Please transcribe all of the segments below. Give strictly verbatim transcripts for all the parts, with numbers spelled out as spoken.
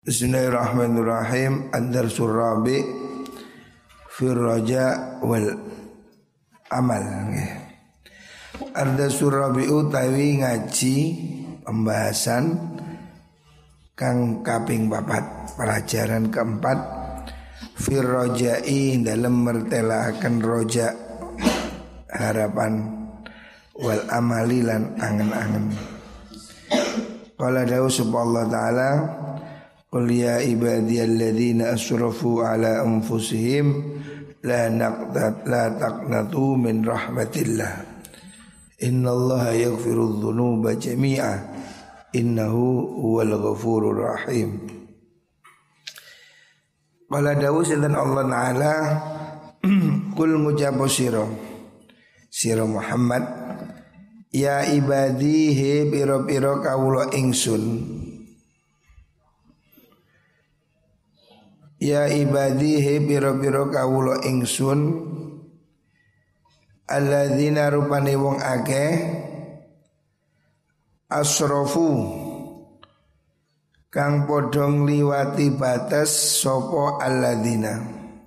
Bismillahirrahmanirrahim. Ad-darsul rabi' fir raja wal amal. Ad-darsul rabi' utawi ngaji pembahasan kang kaping papat, pelajaran keempat fir raja'i dalam mertelakan roja harapan wal amali lan angen-angen. Qala dawu subhanallah ta'ala qul ya ibadiyalladzina asrafu ala anfusihim la naqtat la taqnatu min rahmatillah innallaha yaghfiru dzunuba jami'a innahu huwal ghafurur rahim. Qala dawu sinten Allah Ta'ala kul ngucapo sira sira Muhammad ya ibadihi pira-pira kawula ingsun. Ya ibadihi biro-biro kawulo ingsun alladzina rupani wong akeh asrofu kang podong liwati batas sopo alladzina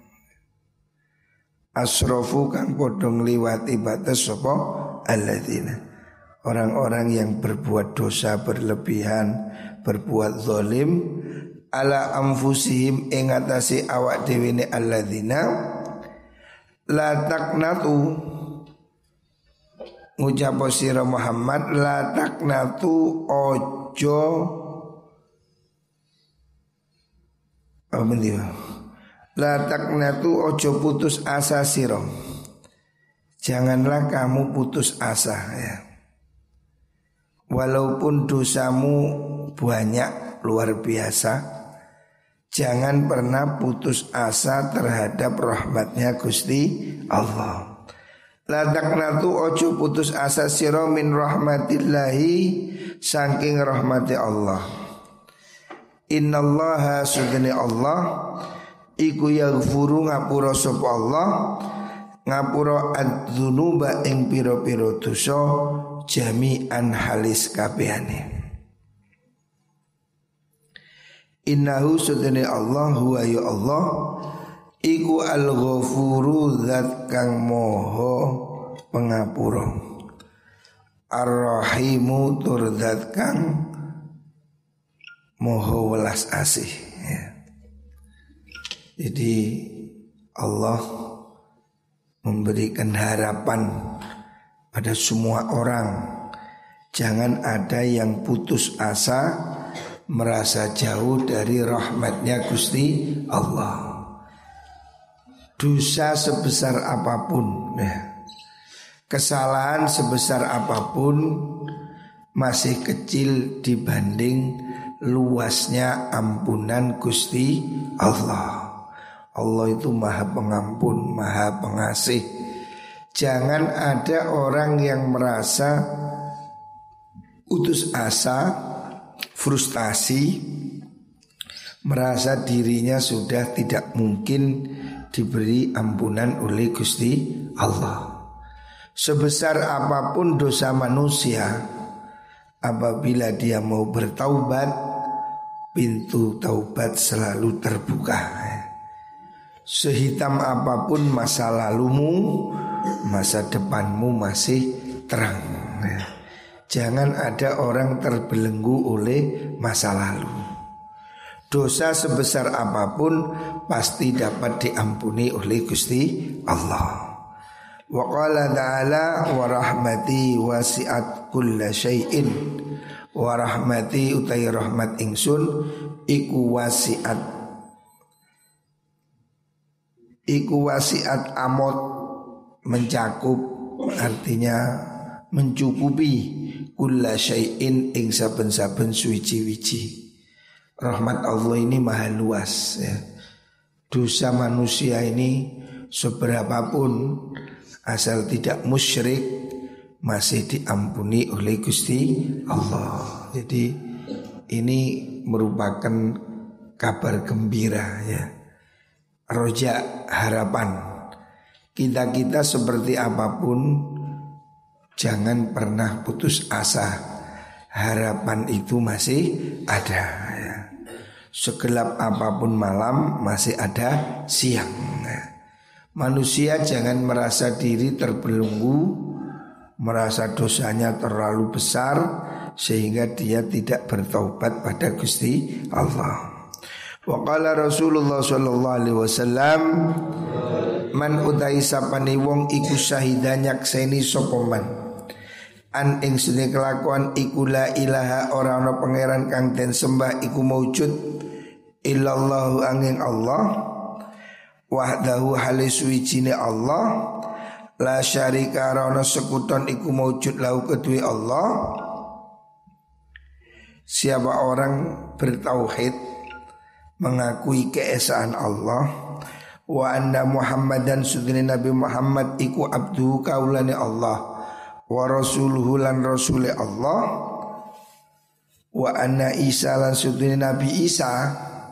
asrofu kang podong liwati batas sopo alladzina orang-orang yang berbuat dosa berlebihan, berbuat zalim ala anfusihim ing atase awak dhewe ne alladzina la taqnatu ngucap sira Muhammad la taqnatu ojo apa mendiwa la taqnatu ojo putus asa sira, janganlah kamu putus asa ya, walaupun dosamu banyak luar biasa. Jangan pernah putus asa terhadap rahmatnya Gusti Allah. La taqnatu ojo putus asa sira min rahmatillahi saking rahmati Allah. Innallaha sudene Allah iku yaghfuru ngapura sapa Allah ngapura adzunuba ing pira-pira dosa jami'an halis kabehane. Innahu sudene Allah huwa ya Allah iku al-ghafuru zat kang moho pengapura ar-rahimu tur zat kang moho welas asih ya. Jadi Allah memberikan harapan pada semua orang, jangan ada yang putus asa merasa jauh dari rahmatnya Gusti Allah. Dosa sebesar apapun ya, kesalahan sebesar apapun masih kecil dibanding luasnya ampunan Gusti Allah. Allah itu maha pengampun, maha pengasih. Jangan ada orang yang merasa putus asa, frustasi, merasa dirinya sudah tidak mungkin diberi ampunan oleh Gusti Allah. Sebesar apapun dosa manusia, apabila dia mau bertaubat, pintu taubat selalu terbuka. Sehitam apapun masa lalumu, masa depanmu masih terang. Jangan ada orang terbelenggu oleh masa lalu. Dosa sebesar apapun pasti dapat diampuni oleh Gusti Allah. Wa qala ta'ala wa rahmati wasi'at kulla syai'in. Wa rahmati utai rahmat ingsun iku wasi'at iku wasi'at amot mencakup, artinya mencukupi kulla syai'in ing saben-saben suwiji-wiji. Rahmat Allah ini maha luas ya. Dosa manusia ini seberapapun asal tidak musyrik masih diampuni oleh Gusti Allah. Jadi ini merupakan kabar gembira ya, roja harapan. Kita-kita seperti apapun jangan pernah putus asa. Harapan itu masih ada ya. segelap apapun malam masih ada siang. Nah, manusia jangan merasa diri terbelenggu, merasa dosanya terlalu besar sehingga dia tidak bertaubat pada Gusti Allah. Wa qala Rasulullah sallallahu alaihi wasallam, man utai sapane wong iku syahidan nyakseni sapa man an ing sune kelakuan iku la ilaha ora ana pangeran kang den sembah iku maujud illallahu angin Allah wahdahu halis wijine Allah la syarika ana sekuton iku maujud lahu kedue Allah. Siapa orang bertauhid mengakui keesaan Allah wa anna Muhammadan sudine Nabi Muhammad iku abduhu kaulane Allah wa rasuluhu lan rasule Allah wa anna Isa lan sudine Nabi Isa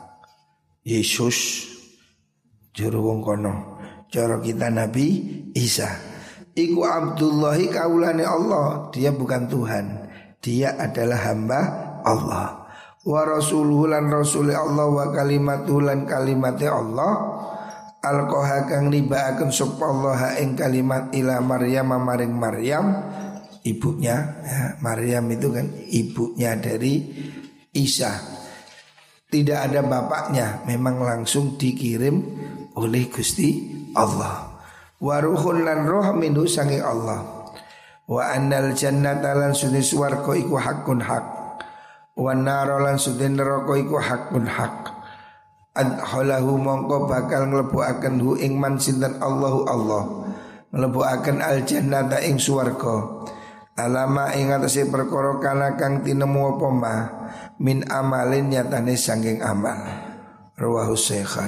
Yesus juru wong kono cara kita Nabi Isa iku abdullahi kaulane Allah, dia bukan Tuhan, dia adalah hamba Allah. Wa rasuluhu lan rasule Allah wa kalimatuhu lan kalimate Allah alqaha kang nibaaken sapa Allah ing kalimat ila Maryam maring Maryam ibunya ya, Maryam itu kan ibunya dari Isa, tidak ada bapaknya, memang langsung dikirim oleh Gusti Allah. Wa ruhun lan roh minhu sange Allah. Wa annal jannata lan sunni swarga iku hakun hak. Wa naro lan sunni neraka iku hakun hak. Adhalahu mongko bakal nglebokaken hu ing man sinten Allahu Allah, nglebokaken al jannata ing swarga. Alama ing atase perkara kana kang tinemu apa ma min amalin nyatane sanging amal. Rawahu Syaikhan.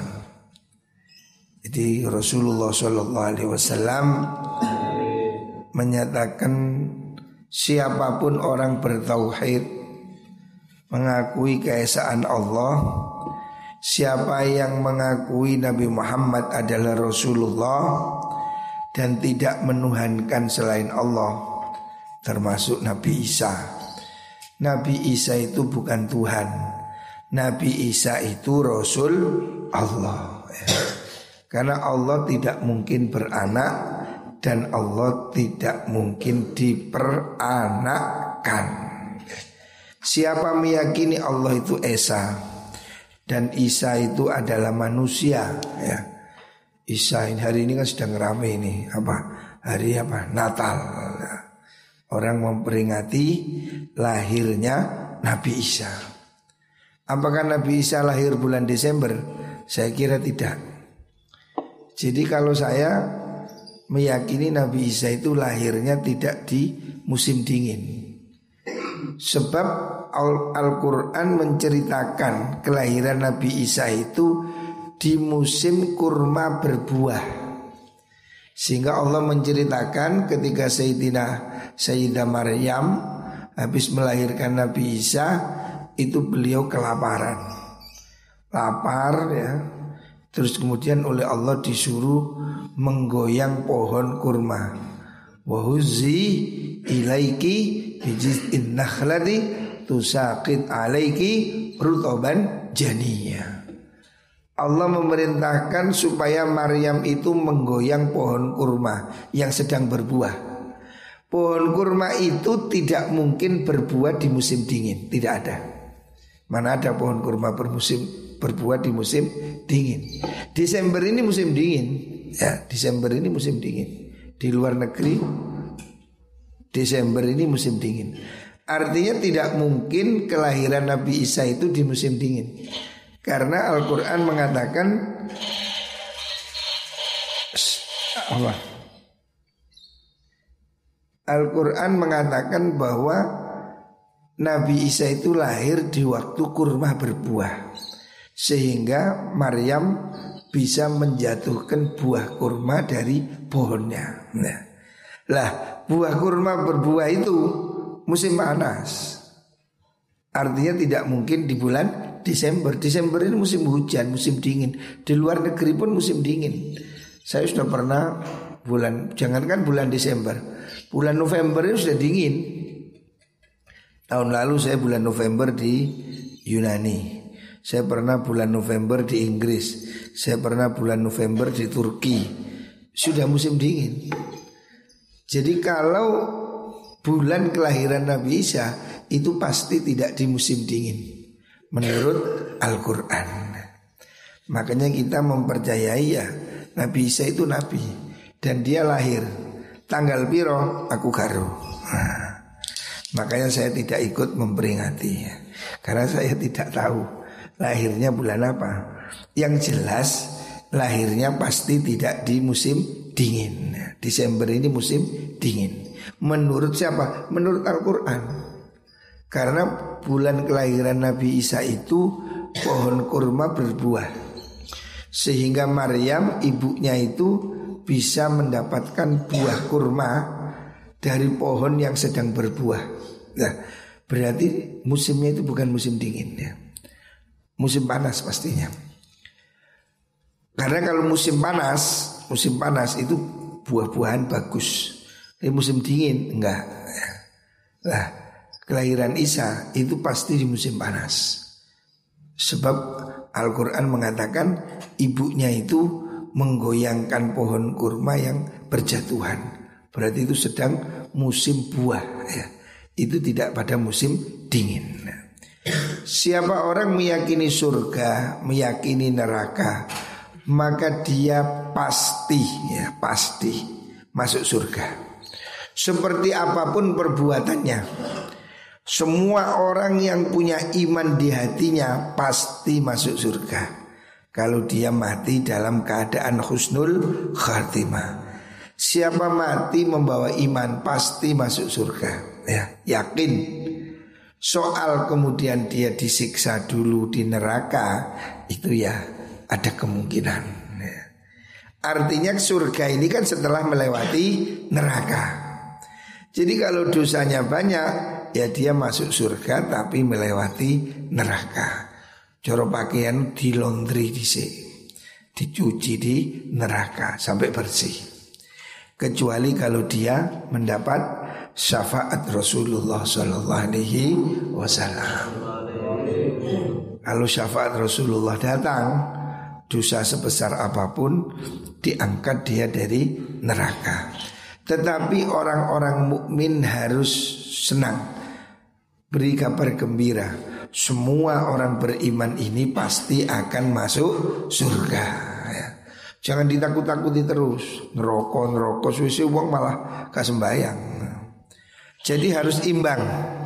Jadi Rasulullah sallallahu alaihi wasallam menyatakan siapapun orang bertauhid mengakui keesaan Allah, siapa yang mengakui Nabi Muhammad adalah Rasulullah dan tidak menuhankan selain Allah, termasuk Nabi Isa. Nabi Isa itu bukan Tuhan, Nabi Isa itu Rasul Allah ya. Karena Allah tidak mungkin beranak dan Allah tidak mungkin diperanakkan. Siapa meyakini Allah itu Esa dan Isa itu adalah manusia ya. Isa ini hari ini kan sedang ramai ini apa? Hari apa? Natal. Orang memperingati lahirnya Nabi Isa. Apakah Nabi Isa lahir bulan Desember? Saya kira tidak. Jadi kalau saya meyakini Nabi Isa itu lahirnya tidak di musim dingin. Sebab Al-Quran menceritakan kelahiran Nabi Isa itu di musim kurma berbuah. Sehingga Allah menceritakan ketika Sayyidina Sayyidah Maryam habis melahirkan Nabi Isa, itu beliau kelaparan, lapar ya. Terus kemudian oleh Allah disuruh menggoyang pohon kurma. Wa huzzi ilaiki bijiz'in nakhlati tusaqit alaiki rutaban janiyya. Allah memerintahkan supaya Maryam itu menggoyang pohon kurma yang sedang berbuah. Pohon kurma itu tidak mungkin berbuah di musim dingin, tidak ada. Mana ada pohon kurma bermusim berbuah di musim dingin. Desember ini musim dingin ya, Desember ini musim dingin. Di luar negeri Desember ini musim dingin. Artinya tidak mungkin kelahiran Nabi Isa itu di musim dingin. Karena Al-Quran mengatakan apa? Al-Quran mengatakan bahwa Nabi Isa itu lahir di waktu kurma berbuah, sehingga Maryam bisa menjatuhkan buah kurma dari pohonnya. Nah, lah buah kurma berbuah itu musim panas. Artinya tidak mungkin di bulan Desember. Desember ini musim hujan, musim dingin. Di luar negeri pun musim dingin. Saya sudah pernah bulan, jangankan bulan Desember, bulan November ini sudah dingin. Tahun lalu saya bulan November di Yunani. Saya pernah bulan November di Inggris, saya pernah bulan November di Turki. Sudah musim dingin. Jadi kalau bulan kelahiran Nabi Isa itu pasti tidak di musim dingin menurut Al-Quran. Makanya kita mempercayai ya Nabi Isa itu Nabi dan dia lahir tanggal piro aku karo. Nah, makanya saya tidak ikut memperingati ya, karena saya tidak tahu lahirnya bulan apa. Yang jelas lahirnya pasti tidak di musim dingin. Desember ini musim dingin. Menurut siapa? Menurut Al-Quran. Karena bulan kelahiran Nabi Isa itu pohon kurma berbuah, sehingga Maryam ibunya itu bisa mendapatkan buah kurma dari pohon yang sedang berbuah. Nah, berarti musimnya itu bukan musim dingin ya, musim panas pastinya. Karena kalau musim panas, musim panas itu buah-buahan bagus. Di musim dingin enggak. Nah, kelahiran Isa itu pasti di musim panas. Sebab Al-Quran mengatakan ibunya itu menggoyangkan pohon kurma yang berjatuhan. Berarti itu sedang musim buah ya. Itu tidak pada musim dingin. Siapa orang meyakini surga, meyakini neraka, maka dia pasti ya pasti masuk surga. Seperti apapun perbuatannya, semua orang yang punya iman di hatinya pasti masuk surga kalau dia mati dalam keadaan husnul khatimah. Siapa mati membawa iman pasti masuk surga ya, yakin. Soal kemudian dia disiksa dulu di neraka, itu ya ada kemungkinan ya. Artinya surga ini kan setelah melewati neraka. Jadi kalau dosanya banyak, ya dia masuk surga tapi melewati neraka. Coro pakaian di laundry dhisik, dicuci di neraka sampai bersih. Kecuali kalau dia mendapat syafaat Rasulullah Sallallahu Alaihi Wasallam. Kalau syafaat Rasulullah datang, dosa sebesar apapun diangkat dia dari neraka. Tetapi orang-orang mukmin harus senang, beri kabar gembira. Semua orang beriman ini pasti akan masuk surga ya. Jangan ditakut-takuti terus, ngerokok-ngerokok suwe uang malah gak sembayang. Jadi harus imbang.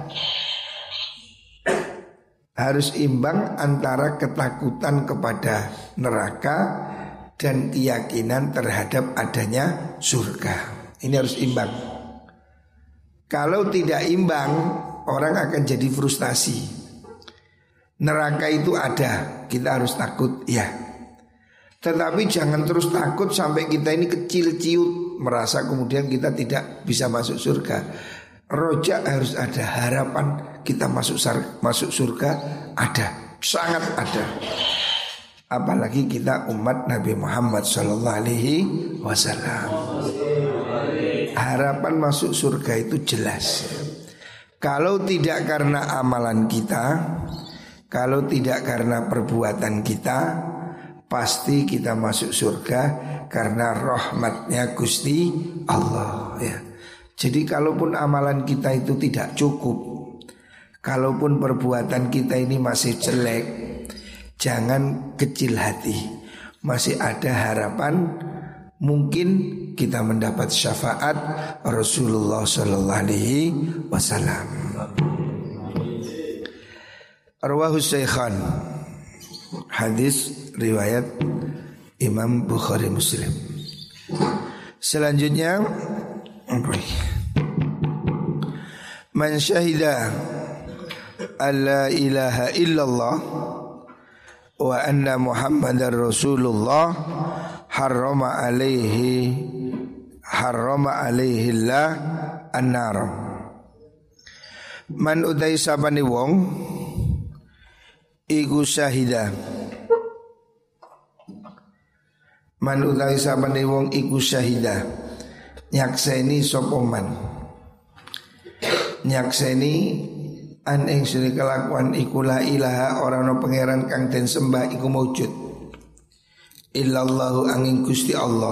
Harus imbang antara ketakutan kepada neraka dan keyakinan terhadap adanya surga. Ini harus imbang. Kalau tidak imbang, orang akan jadi frustasi. Neraka itu ada, kita harus takut ya. Tetapi jangan terus takut sampai kita ini kecil ciut, merasa kemudian kita tidak bisa masuk surga. Rojak harus ada, harapan kita masuk masuk surga ada, sangat ada. Apalagi kita umat Nabi Muhammad Sallallahu Alaihi Wasallam. Harapan masuk surga itu jelas. Kalau tidak karena amalan kita, kalau tidak karena perbuatan kita, pasti kita masuk surga karena rahmatnya Gusti Allah ya. Jadi kalaupun amalan kita itu tidak cukup, kalaupun perbuatan kita ini masih jelek, jangan kecil hati. Masih ada harapan, mungkin kita mendapat syafaat Rasulullah Sallallahu Alaihi Wasallam. Arwahus Syaikhan, hadis riwayat Imam Bukhari Muslim. Selanjutnya, man syahida alla ilaha illallah wa anna Muhammadar Rasulullah harrama alaihi harrama alaihi Allah an-nar. Man utai sabani wong iku syahida. Man utai sabani wong iku syahida, nyakseni sapa man, nyakseni an ing sune kelakuan iku la ilaha ora ana pangeran kang den sembah iku maujud illallahu angin Gusti Allah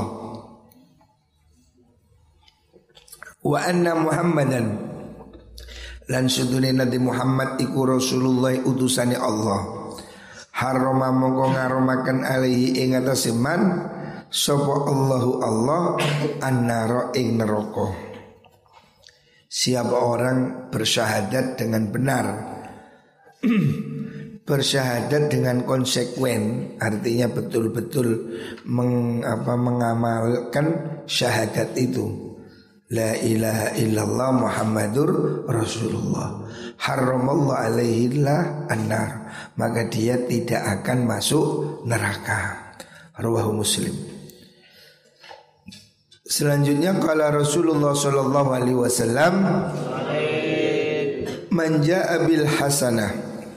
wa anna Muhammadan lan sedune Nabi Muhammad iku Rasulullah utusane Allah harrama mongko ngaromaken alaihi ing atase man sapa Allahu Allah annara ing neraka. Siapa orang bersyahadat dengan benar bersyahadat dengan konsekuen, artinya betul-betul meng, apa, mengamalkan syahadat itu la ilaha illallah Muhammadur Rasulullah haramallahu alaihi la annar, maka dia tidak akan masuk neraka. Rawahu Muslim. Selanjutnya kala Rasulullah sallallahu alaihi wasallam man jaa bil hasanah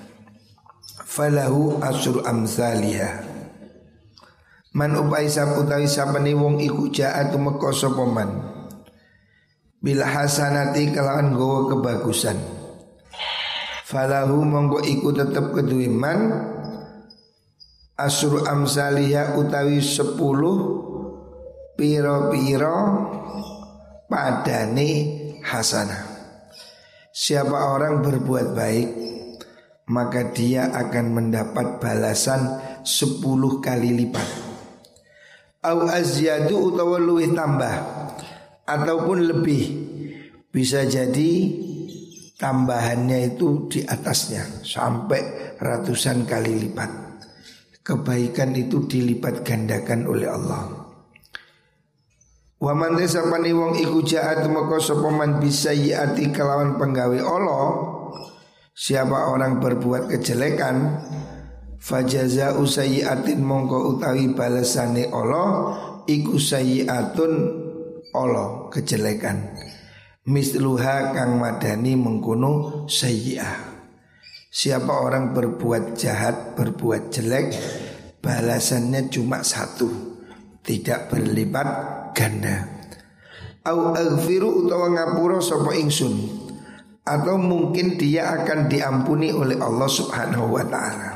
falahu asyru amsalihha. Man upai saputawi sapane wong iku jaa tumeka sapa man bil hasanati kelawan gowo kebagusan falahu monggo iku tetep keduwe man asyru amsalihha utawi sepuluh piro-piro padane hasanah. Siapa orang berbuat baik maka dia akan mendapat balasan sepuluh kali lipat. Au azyadu utawa luwih tambah ataupun lebih, bisa jadi tambahannya itu di atasnya sampai ratusan kali lipat. Kebaikan itu dilipat gandakan oleh Allah. Wa man tasapani wong iku jaat maka sapa man bisayiati kelawan penggawe Allah. Siapa orang berbuat kejelekan fajaza'u sayyi'atin mongko utawi balasane Allah iku sayyi'atun Allah kejelekan misluha kang madani mengkono sayyi'ah. Siapa orang berbuat jahat, berbuat jelek, balasannya cuma satu, tidak berlipat ganda. Au aghfiru utawa ngapura sapa ingsun, atau mungkin dia akan diampuni oleh Allah Subhanahu wa taala.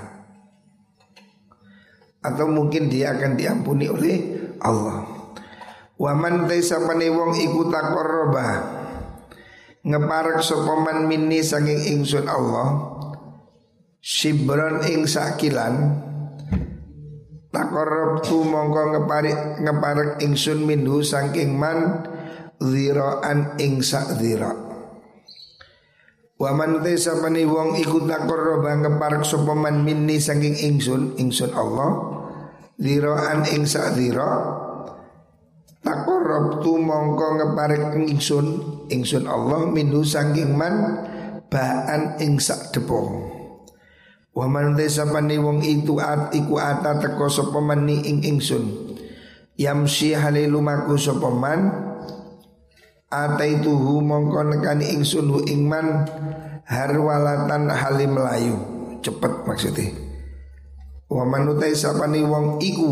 Atau mungkin dia akan diampuni oleh Allah. Wa man taisapane wong iku taqarraba ngeparek sapa man minni saking ingsun Allah sibron ing sakilan taqarrabtu mongko ngeparek ngeparek ingsun minhu saking man ziraan ing sak zira. Wa man taisapane wong iku taqarraba ngeparek sapa man minni saking ingsun ingsun Allah ziraan ing sak zira taqarrabtu mongko ngeparek ingsun ingsun Allah minhu saking man baan ing sak depo. Wa man tasapani wong itu at iku ata teko sapa man ni ing ingsun yamsi halilu maku sapa man ataituhu mongko nekani ingsun hu ing man harwalatan halim melayu cepet maksudnya. Wa man tasapani wong iku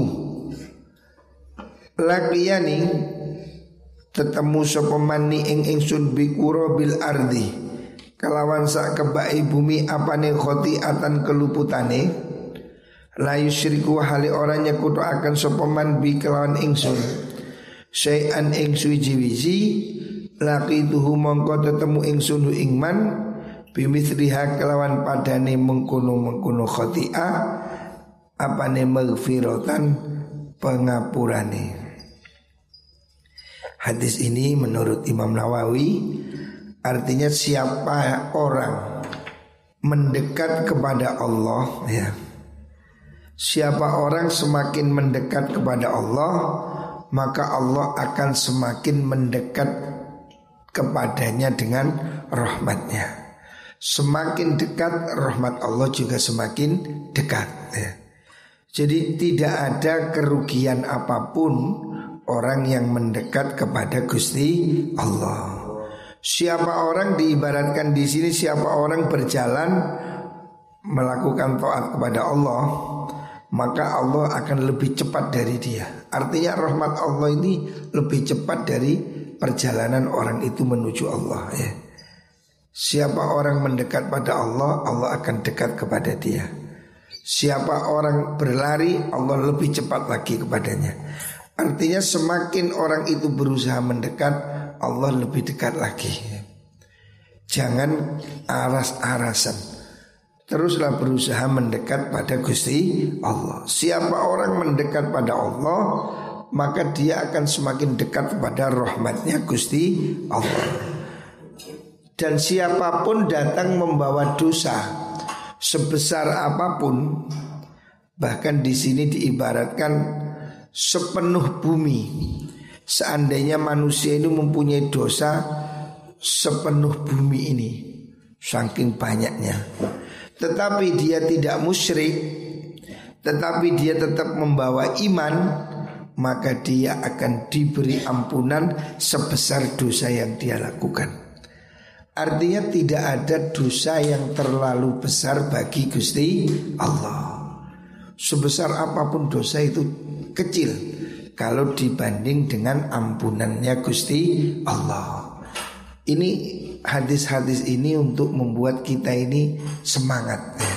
lakiyani tetemu sapa man ni ing ingsun bikura bil ardi kalawan sak kebai bumi apane khotiatan keluputane la yusyriku hali orang nyekutu akan sapa man bi kelawan ingsun syai'an ing suwi-wiji laqituhu mongko tetemu ingsun ing man bimithliha kelawan padane mengkono-mengkono khoti'ah apane maghfiratan pengapurane. Hadis ini menurut Imam Nawawi artinya siapa orang mendekat kepada Allah ya. Siapa orang semakin mendekat kepada Allah, maka Allah akan semakin mendekat kepadanya dengan rahmatnya. Semakin dekat rahmat Allah juga semakin dekat ya. Jadi tidak ada kerugian apapun orang yang mendekat kepada Gusti Allah. Siapa orang diibaratkan di sini siapa orang berjalan melakukan taat kepada Allah, maka Allah akan lebih cepat dari dia. Artinya rahmat Allah ini lebih cepat dari perjalanan orang itu menuju Allah ya. Siapa orang mendekat pada Allah, Allah akan dekat kepada dia. Siapa orang berlari, Allah lebih cepat lagi kepadanya. Artinya semakin orang itu berusaha mendekat, Allah lebih dekat lagi. Jangan aras-arasan, teruslah berusaha mendekat pada Gusti Allah. Siapa orang mendekat pada Allah, maka dia akan semakin dekat kepada rahmatnya Gusti Allah. Dan siapapun datang membawa dosa sebesar apapun, bahkan di sini diibaratkan sepenuh bumi. Seandainya manusia ini mempunyai dosa sepenuh bumi ini, saking banyaknya, tetapi dia tidak musyrik, tetapi dia tetap membawa iman, maka dia akan diberi ampunan sebesar dosa yang dia lakukan. Artinya tidak ada dosa yang terlalu besar bagi Gusti Allah. Sebesar apapun dosa itu kecil kalau dibanding dengan ampunannya Gusti Allah. Ini hadis-hadis ini untuk membuat kita ini semangat ya.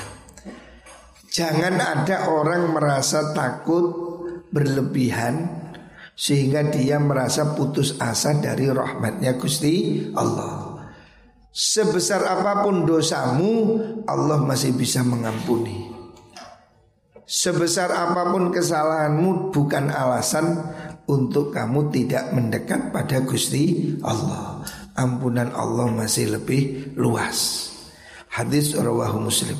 Jangan ada orang merasa takut berlebihan sehingga dia merasa putus asa dari rahmatnya Gusti Allah. Sebesar apapun dosamu, Allah masih bisa mengampuni. Sebesar apapun kesalahanmu, bukan alasan untuk kamu tidak mendekat pada Gusti Allah. Ampunan Allah masih lebih luas. Hadis rawahu Muslim.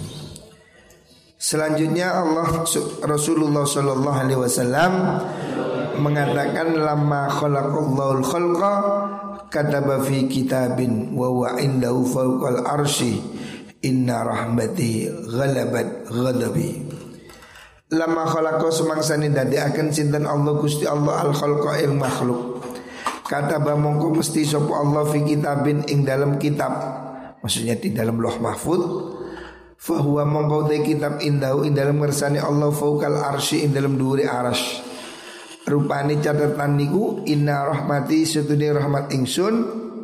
Selanjutnya Allah Rasulullah Shallallahu Alaihi Wasallam mengatakan, lama khalaqallahu al-khalqa kataba fi kitabin wa wa indahu fawqal arsy inna rahmati ghalabat ghadabi. Lama khalaqa semangsane dadekaken sinten Allah Gusti Allah al-khalqa ing makhluk. Kataba mongko mesti sapa Allah fi kitabin ing dalam kitab, maksudnya di dalam Lauh Mahfuz. Fa huwa mongko te kitab indahu ing dalam ngersane Allah fawqal arsy ing dalam dhuwure arsy. Rupane catatan niku inna rahmati setune rahmat ingsun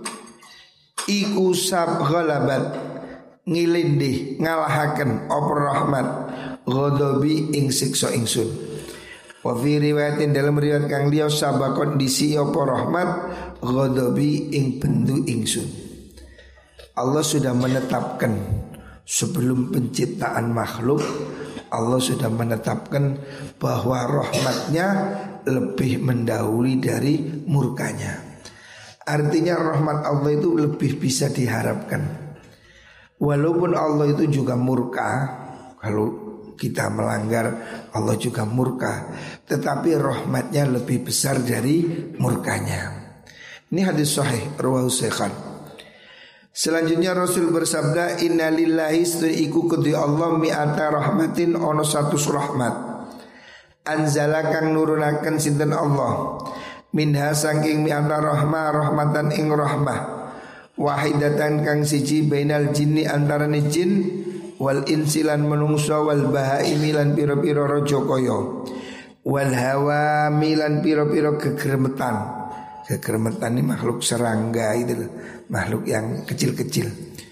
iku sab ghalabat ngilindih ngalahaken apa rahmat ghadabi ing siksa ingsun. Wa fi riwayatin dalam riwayat kang liya sabakon disi apa rahmat ghadabi ing bendu ingsun. Allah sudah menetapkan sebelum penciptaan makhluk, Allah sudah menetapkan bahwa rahmatnya lebih mendahului dari murkanya. Artinya rahmat Allah itu lebih bisa diharapkan. Walaupun Allah itu juga murka, kalau kita melanggar Allah juga murka, tetapi rahmatnya lebih besar dari murkanya. Ini hadis sahih rawahu Shaykhan. Selanjutnya Rasul bersabda, inna lillahi iku kedhi Allah mi'ata rahmatin ono satu rahmat. Anzala kang nurunaken sinten Allah minha saking mi'ata rahmah rahmatan ing rahmah wahidatan kang siji bainal jinni antarane jin wal insilan menungso wal bahaimi lan pira-pira raja kaya wal hawa milan pira-pira gegremetan. Gegremetan ini makhluk serangga itu, makhluk yang kecil-kecil.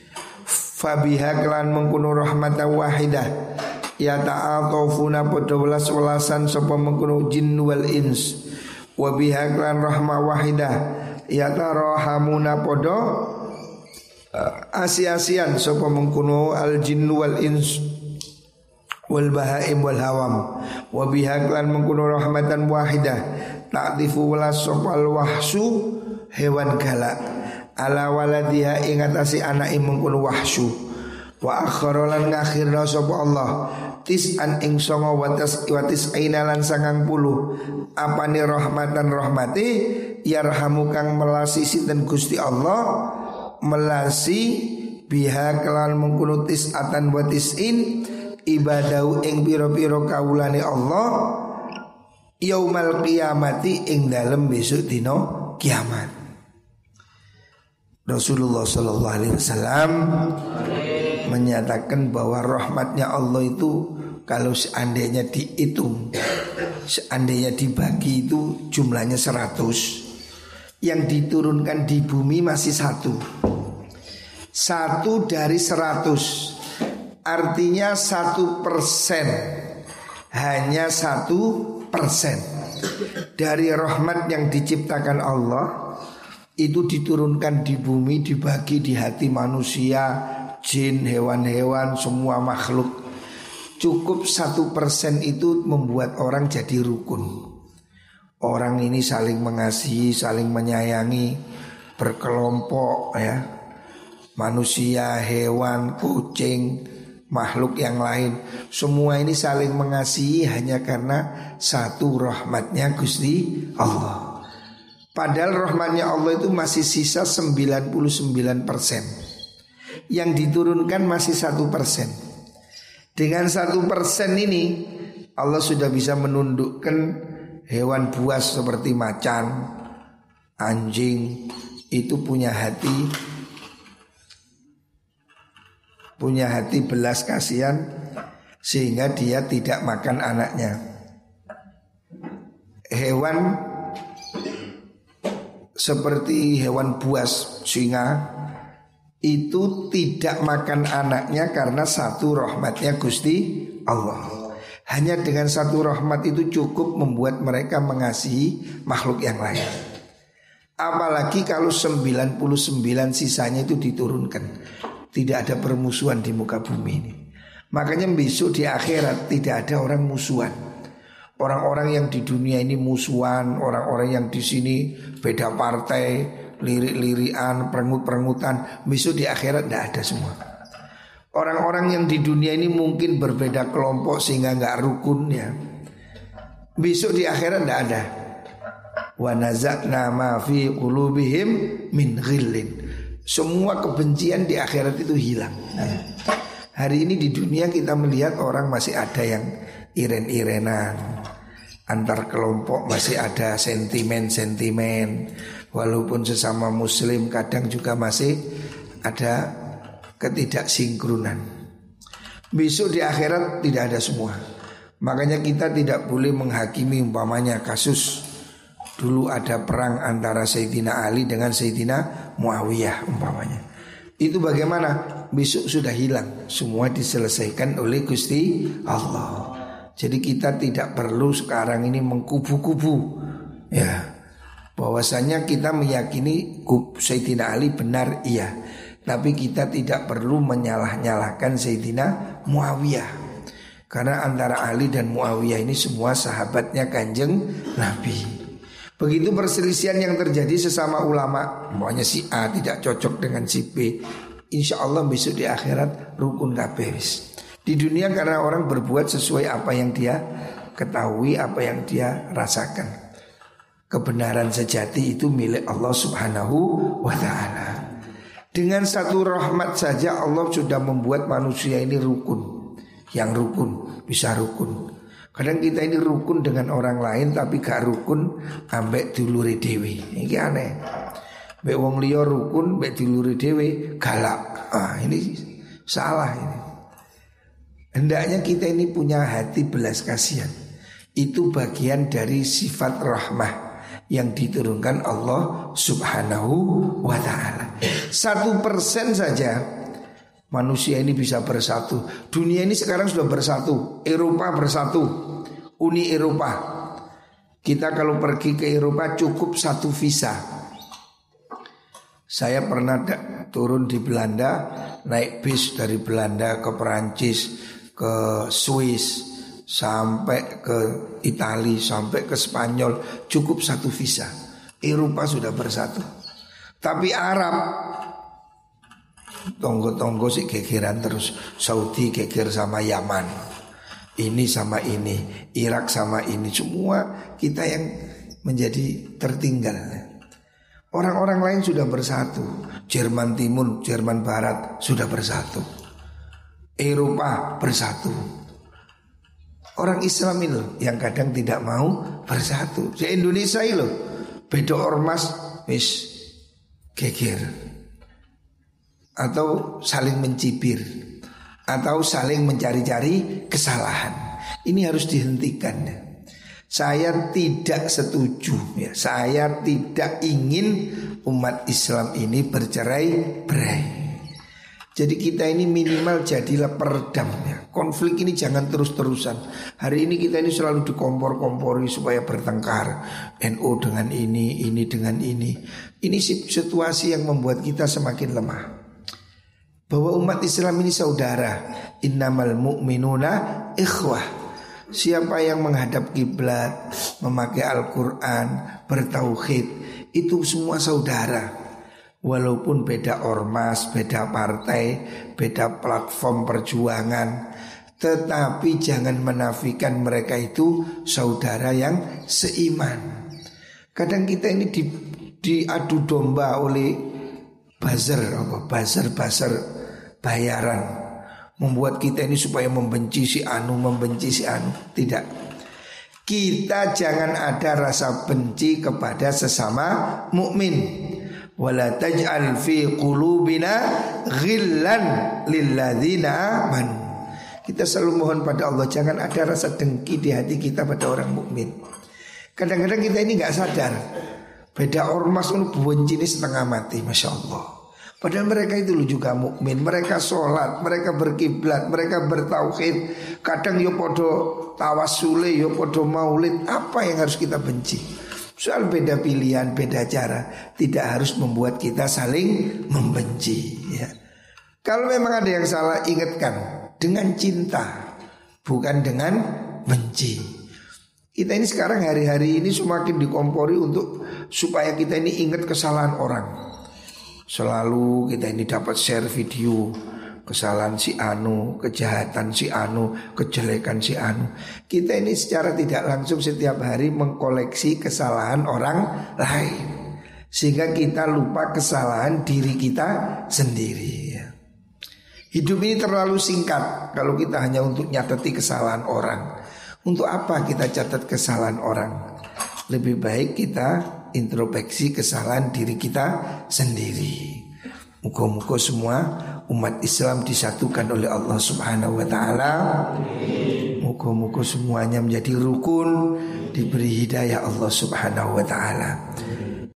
Fabiha kelan mengkuno rahmatan wahidah ya ta'atufuna podo welas-welasan sapa mengkuno jin wal ins. Wa biha kelan rahmah wahidah ya tarahamuna podo asi-asian sapa mengkuno al jin wal ins wal bahaim wal hawam. Wa biha kelan mengkuno rahmatan wahidah ta'tifu welas sopal wahsu hewan galak ala waladiha ingatasi anai mengkunu wahsu wa akharolan ngakhirna sopa Allah tis'an ing songo watas watis ainalan sangang puluh apani rahmatan rahmati yarhamu kang melasi sinten Gusti Allah melasi biha kelan mengkunu tis'atan watis'in ibadau ing piro-piro kawulane Allah yaumal qiyamati ing dalem besok dino kiamat. Rasulullah sallallahu alaihi wasallam menyatakan bahwa rahmatnya Allah itu kalau seandainya dihitung, seandainya dibagi itu jumlahnya seratus, yang diturunkan di bumi masih satu. Satu dari seratus. Artinya satu persen. Hanya satu persen dari rahmat yang diciptakan Allah itu diturunkan di bumi, dibagi di hati manusia, jin, hewan-hewan, semua makhluk. Cukup satu persen itu membuat orang jadi rukun. Orang ini saling mengasihi, saling menyayangi, berkelompok ya. Manusia, hewan, kucing, makhluk yang lain, semua ini saling mengasihi hanya karena satu rahmatnya Gusti Allah. Padahal rahmatnya Allah itu masih sisa sembilan puluh sembilan persen. Yang diturunkan masih satu persen. Dengan satu persen ini Allah sudah bisa menundukkan hewan buas seperti macan, anjing. Itu punya hati, punya hati belas kasihan, sehingga dia tidak makan anaknya. Hewan seperti hewan buas, singa, itu tidak makan anaknya karena satu rahmatnya Gusti Allah. Hanya dengan satu rahmat itu cukup membuat mereka mengasihi makhluk yang lain. Apalagi kalau sembilan puluh sembilan sisanya itu diturunkan. Tidak ada permusuhan di muka bumi ini. Makanya besok di akhirat tidak ada orang musuhan. Orang-orang yang di dunia ini musuhan, orang-orang yang di sini beda partai, lirik-lirikan, perengut-perengutan, besok di akhirat tidak ada semua. Orang-orang yang di dunia ini mungkin berbeda kelompok sehingga nggak rukun ya. Besok di akhirat tidak ada. Wa nazakna ma fi qulubihim min ghillin. Semua kebencian di akhirat itu hilang. Nah, hari ini di dunia kita melihat orang masih ada yang iren-irenan, antar kelompok masih ada sentimen-sentimen. Walaupun sesama muslim kadang juga masih ada ketidaksinkronan. Besok di akhirat tidak ada semua. Makanya kita tidak boleh menghakimi umpamanya kasus dulu ada perang antara Sayyidina Ali dengan Sayyidina Muawiyah umpamanya. Itu bagaimana? Besok sudah hilang. Semua diselesaikan oleh Gusti Allah. Jadi kita tidak perlu sekarang ini mengkubu-kubu ya. Bahwasanya kita meyakini Sayyidina Ali benar, iya. Tapi kita tidak perlu menyalah-nyalahkan Sayyidina Muawiyah. Karena antara Ali dan Muawiyah ini semua sahabatnya Kanjeng Nabi. Begitu perselisihan yang terjadi sesama ulama, maunya si A tidak cocok dengan si B, insya Allah besok di akhirat rukun kabeh. Di dunia karena orang berbuat sesuai apa yang dia ketahui, apa yang dia rasakan. Kebenaran sejati itu milik Allah Subhanahu wa ta'ala. Dengan satu rahmat saja Allah sudah membuat manusia ini rukun. Yang rukun, bisa rukun. Kadang kita ini rukun dengan orang lain tapi gak rukun ambek dulure dhewe. Iki aneh. Mbek wong liya rukun mbek dulure dhewe galak. Ah, ini salah ini. Hendaknya kita ini punya hati belas kasihan. Itu bagian dari sifat rahmah yang diturunkan Allah Subhanahu wa ta'ala. Satu persen saja manusia ini bisa bersatu. Dunia ini sekarang sudah bersatu. Eropa bersatu, Uni Eropa. Kita kalau pergi ke Eropa cukup satu visa. Saya pernah turun di Belanda, naik bis dari Belanda ke Perancis, ke Swiss, sampai ke Italia, sampai ke Spanyol, cukup satu visa. Eropa sudah bersatu. Tapi Arab tonggo-tonggo sih gegeran terus. Saudi geger sama Yaman, ini sama ini, Irak sama ini. Semua kita yang menjadi tertinggal. Orang-orang lain sudah bersatu. Jerman Timur, Jerman Barat sudah bersatu. Eropa bersatu. Orang Islam itu yang kadang tidak mau bersatu. Di Indonesia itu beda ormas wis geger, atau saling mencibir, atau saling mencari-cari kesalahan. Ini harus dihentikan. Saya tidak setuju ya. Saya tidak ingin umat Islam ini bercerai-berai. Jadi kita ini minimal jadilah peredam ya. Konflik ini jangan terus-terusan. Hari ini kita ini selalu dikompor-kompori supaya bertengkar, N U dengan ini, ini dengan ini. Ini situasi yang membuat kita semakin lemah. Bahwa umat Islam ini saudara. Innamal mu'minuna ikhwah. Siapa yang menghadap kiblat, memakai Al-Quran, bertauhid, itu semua saudara. Walaupun beda ormas, beda partai, beda platform perjuangan, tetapi jangan menafikan mereka itu saudara yang seiman. Kadang kita ini di, diadu domba oleh buzzer, apa buzzer-buzzer bayaran, membuat kita ini supaya membenci si anu, membenci si anu. Tidak. Kita jangan ada rasa benci kepada sesama mukmin. Wala taj'al fi qulubina ghillan lilladzina amanu. Kita selalu mohon pada Allah, jangan ada rasa dengki di hati kita pada orang mukmin. Kadang-kadang kita ini enggak sadar, beda ormas itu benci ini setengah mati, Masya Allah. Padahal mereka itu juga mukmin, mereka sholat, mereka berkiblat, mereka bertauhid. Kadang yo podo tawasule, yo podo maulid. Apa yang harus kita benci? Soal beda pilihan, beda cara, tidak harus membuat kita saling membenci ya. Kalau memang ada yang salah, ingatkan dengan cinta, bukan dengan benci. Kita ini sekarang hari-hari ini semakin dikompori untuk supaya kita ini ingat kesalahan orang. Selalu kita ini dapat share video kesalahan si anu, kejahatan si anu, kejelekan si anu. Kita ini secara tidak langsung setiap hari mengkoleksi kesalahan orang lain, sehingga kita lupa kesalahan diri kita sendiri ya. Hidup ini terlalu singkat kalau kita hanya untuk nyatati kesalahan orang. Untuk apa kita catat kesalahan orang? Lebih baik kita introspeksi kesalahan diri kita sendiri. Muka-muka semua umat Islam disatukan oleh Allah Subhanahu wa ta'ala. Muka-muka semuanya menjadi rukun, diberi hidayah Allah Subhanahu wa ta'ala.